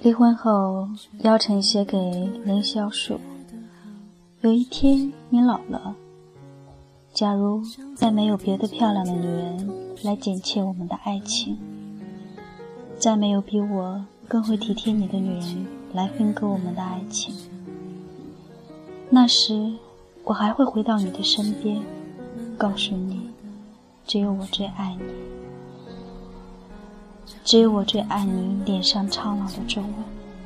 离婚后，姚晨写给林萧树：有一天你老了，假如再没有别的漂亮的女人来剪切我们的爱情，再没有比我更会体贴你的女人来分割我们的爱情，那时我还会回到你的身边，告诉你，只有我最爱你，只有我最爱你脸上苍老的皱纹。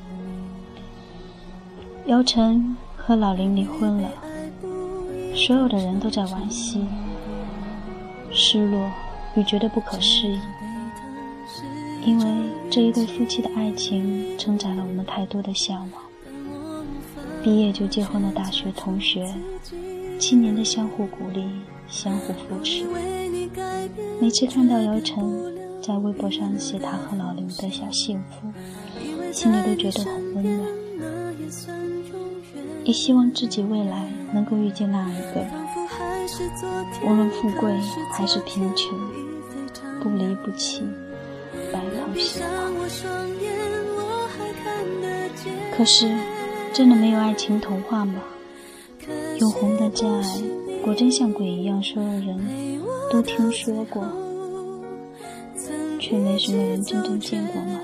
姚晨和老林离婚了，所有的人都在惋惜、失落与觉得不可思议，因为这一对夫妻的爱情承载了我们太多的向往。毕业就结婚的大学同学，7年的相互鼓励、相互扶持。每次看到姚晨在微博上写她和老林的小幸福，心里都觉得很温暖，也希望自己未来能够遇见那样一个人，无论富贵还是贫穷，不离不弃，白头偕老。可是真的没有爱情童话吗？永恒的真爱果真像鬼一样，所有人都听说过，却没什么人真正见过吗？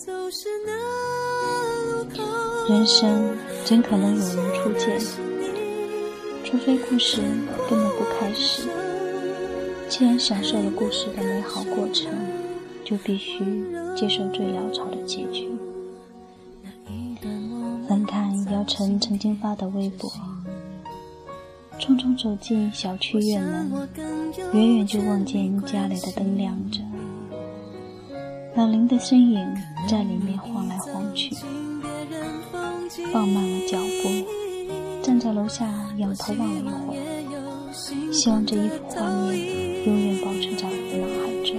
人生怎可能有人初见？除非故事根本不开始。既然享受了故事的美好过程，就必须接受最潦草的结局。翻看姚晨曾经发的微博，匆匆走进小区院门，远远就望见家里的灯亮着，老林的身影在里面晃来晃去，放慢了脚步，站在楼下仰头望了一会儿，希望这一幅画面永远保持在我的脑海中。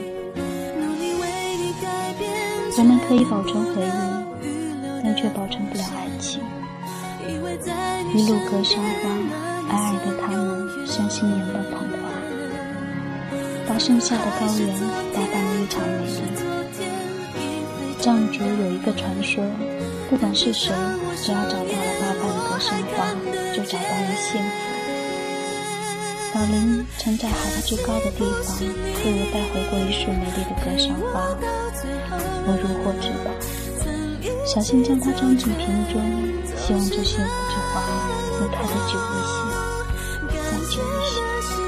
我们可以保存回忆，但却保存不了爱情。一路格桑花，矮矮的它们像新娘的捧花，把盛夏的高原打扮得异常美丽。藏族有一个传说，不管是谁，只要找到了8瓣格桑花，就找到了幸福。老林曾在海拔最高的地方为我带回过一束美丽的格桑花，我如获至宝，小心将它装进瓶中，希望这幸福之花能开得久一些，再久一些。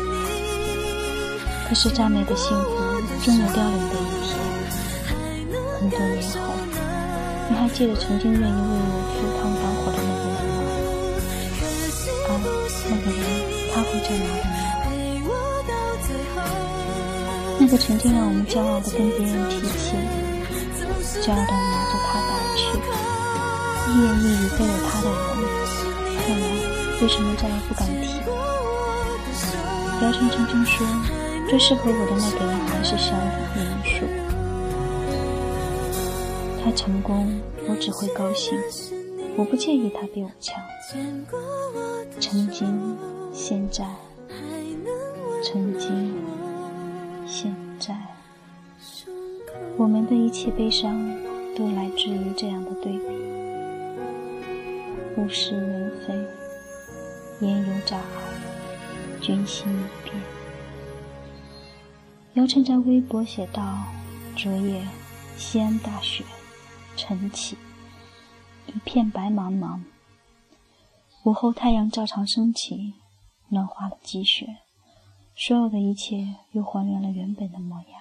可是再美的幸福终有凋零的一天。很多年后，你还记得曾经愿意为我赴汤蹈火的那个人吗？那个人他会在哪里呢？那个曾经让我们骄傲的跟别人提起，骄傲的拿着他的而去，一言一语都有他的人，后来为什么再也不敢提？姚晨曾经说，最适合我的那个人还是萧林树。他成功，我只会高兴，我不介意他比我强。曾经，现在，曾经，现在，我们的一切悲伤都来自于这样的对比。物是人非，言犹在耳，君心已变。姚晨在微博写道：昨夜西安大雪晨起，一片白茫茫，午后太阳照常升起，暖化了积雪，所有的一切又还原了原本的模样。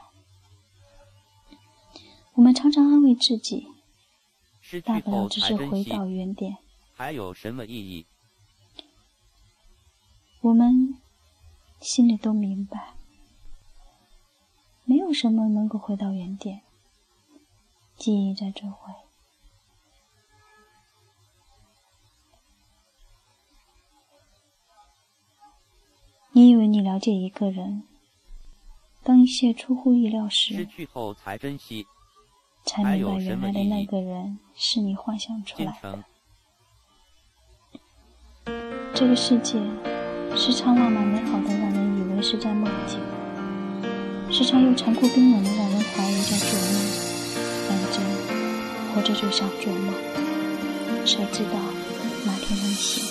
我们常常安慰自己，大不了只是回到原点， 还有什么意义？ 我们心里都明白，没有什么能够回到原点，记忆在这回。你以为你了解一个人，当一切出乎意料时， 失去后才珍惜， 才明白原来的那个人是你幻想出来的。这个世界时常浪漫美好的让人以为是在梦境，时常又残酷冰冷的让人怀疑在做梦。反正活着就像做梦，谁知道哪天能醒。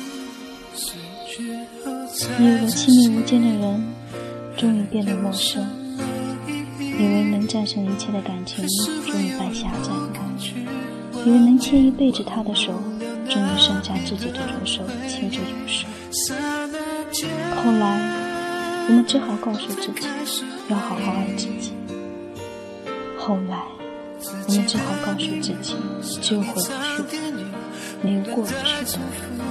你有个亲密无间的人终于变得陌生，以为能战胜一切的感情终于败下阵来，以为能牵一辈子他的手终于剩下自己的左手牵着右手。后来我们只好告诉自己要好好爱自己，后来我们只好告诉自己只有回不去的没有过不去的，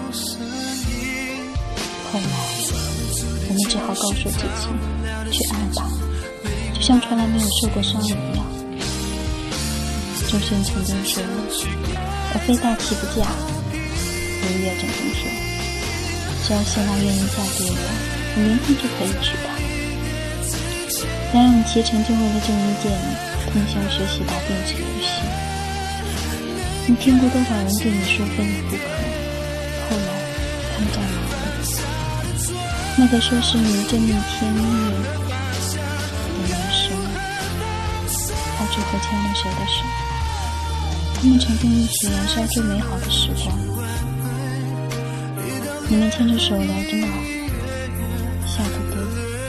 后来我们只好告诉自己去爱吧，就像从来没有受过伤一样。周迅曾经说我非大气不嫁，刘烨曾经说只要谢娜愿意嫁给我明天就可以娶她。梁咏琪曾经为了郑伊健通宵学习打电子游戏。你听过多少人对你说非你不可，后来他们在哪里？那个说是你真命天女的男生，他最后牵了谁的手？他们曾经一起燃烧最美好的时光，你们牵着手聊着闹，笑得多，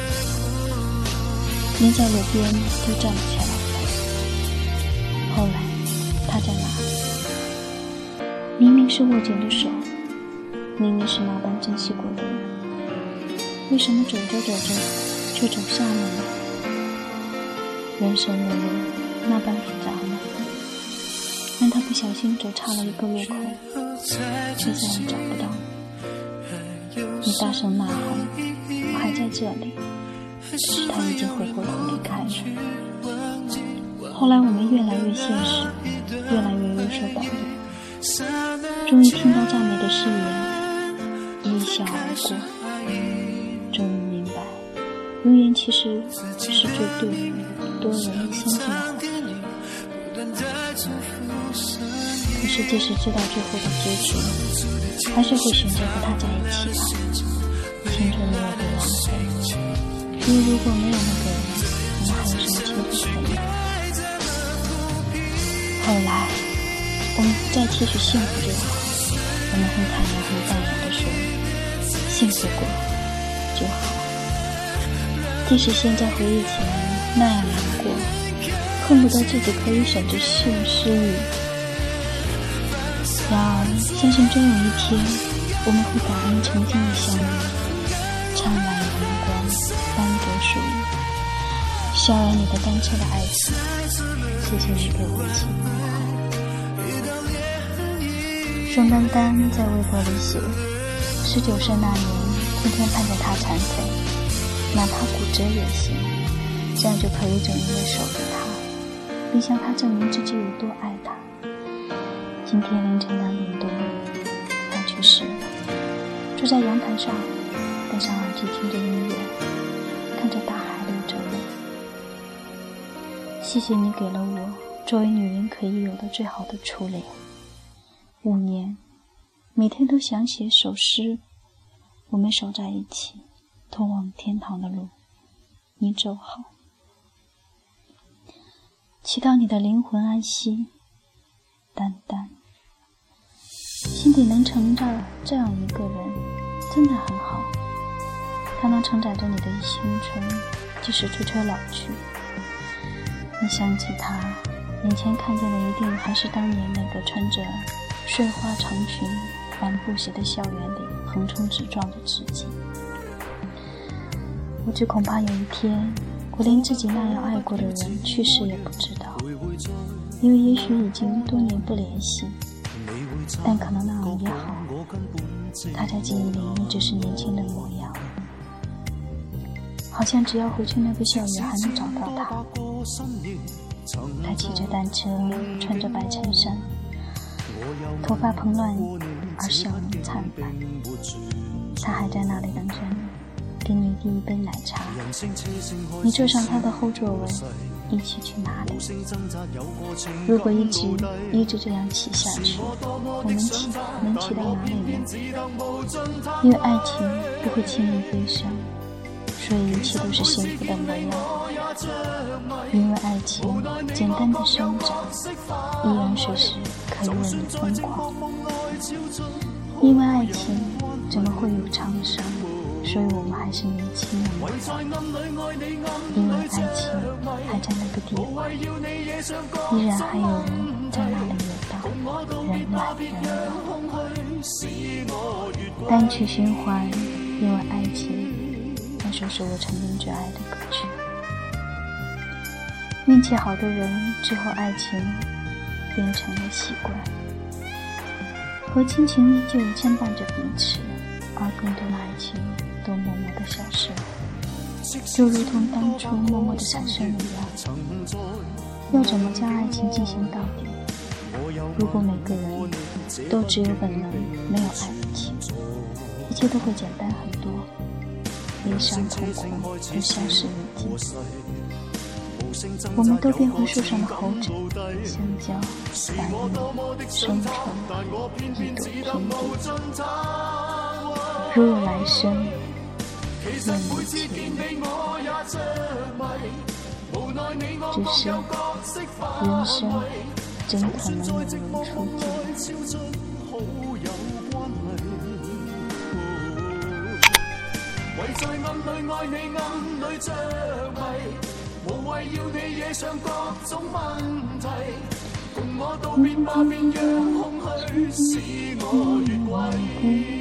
连在路边都站不起来了。后来他在哪里？明明是握紧的手，明明是那般珍惜过的人，为什么走着走着就走散了呢？人生的路那般复杂吗？让他不小心走差了一个路口，却再也找不到你大声呐喊我还在这里，可是他已经回过头离开了。后来我们越来越现实，越来越有所保留，终于听到赞美的誓言，一笑而过，终于明白永远其实是最对多人相信的话。可是即使知道最后的结局，还是会选择和他在一起吧。青春没有被浪费，因为如果没有那个人，我们还有什么机会可能？后来我们不再期许幸福就好，我们很坦然很淡然地说幸福过就好。即使现在回忆起来那样难过，恨不得自己可以选择性失忆，然而相信终有一天我们会感恩曾经的相遇，灿烂阳光斑驳树影，笑染你的单车的爱情。谢谢你给我的情好。宋丹丹在微博里写，19岁那年天天盼着他残废，哪怕骨折也行，这样就可以整日的守着他，并向他证明自己有多爱他。今天凌晨2点多，他去世了。坐在阳台上，戴上耳机听着音乐，看着大海流着泪。谢谢你给了我作为女人可以有的最好的初恋。5年，每天都想写首诗，我们守在一起，通往天堂的路，你走好。祈祷你的灵魂安息，丹丹。心底能承载这样一个人真的很好，他能承载着你的青春，即使追求老去。你想起他，眼前看见的一定还是当年那个穿着碎花长裙帆布鞋的校园里横冲直撞的自己。我只恐怕有一天，我连自己那样爱过的人去世也不知道，因为也许已经多年不联系，但可能那样也好，他在记忆里一直是年轻的模样，好像只要回去那个校园还能找到他。他骑着单车，穿着白衬衫，头发蓬乱而笑容灿烂。他还在那里等着你，给你递一杯奶茶，你坐上他的后座位，一起去哪里？如果一直这样骑下去，我们能骑到哪里呢？因为爱情不会轻易悲伤， 所以一切都是幸福的模样。因为爱情简单的生长，依然随时可以为你疯狂。因为爱情怎么会有创伤，所以我们还是年轻人。因为爱情还在那个地方，依然还有人在那里游荡，人来人往。单曲循环，因为爱情，那首是我曾经最爱的歌曲。运气好的人，最后爱情变成了习惯，和亲情依旧牵绊着彼此，而更多的爱情都默默地消失了，就如同当初默默地产生一样。要怎么将爱情进行到底？如果每个人都只有本能，没有爱情，一切都会简单很多，悲伤痛苦都消失无尽。我们都变回树上的猴子，香蕉、白玉、生虫，一朵天地。如有来生，愿能情。只是人生怎可能有人初见？为在暗里爱你，暗里着迷，无谓要你惹上各种问题，共我道别吧，别让空虚使我越轨。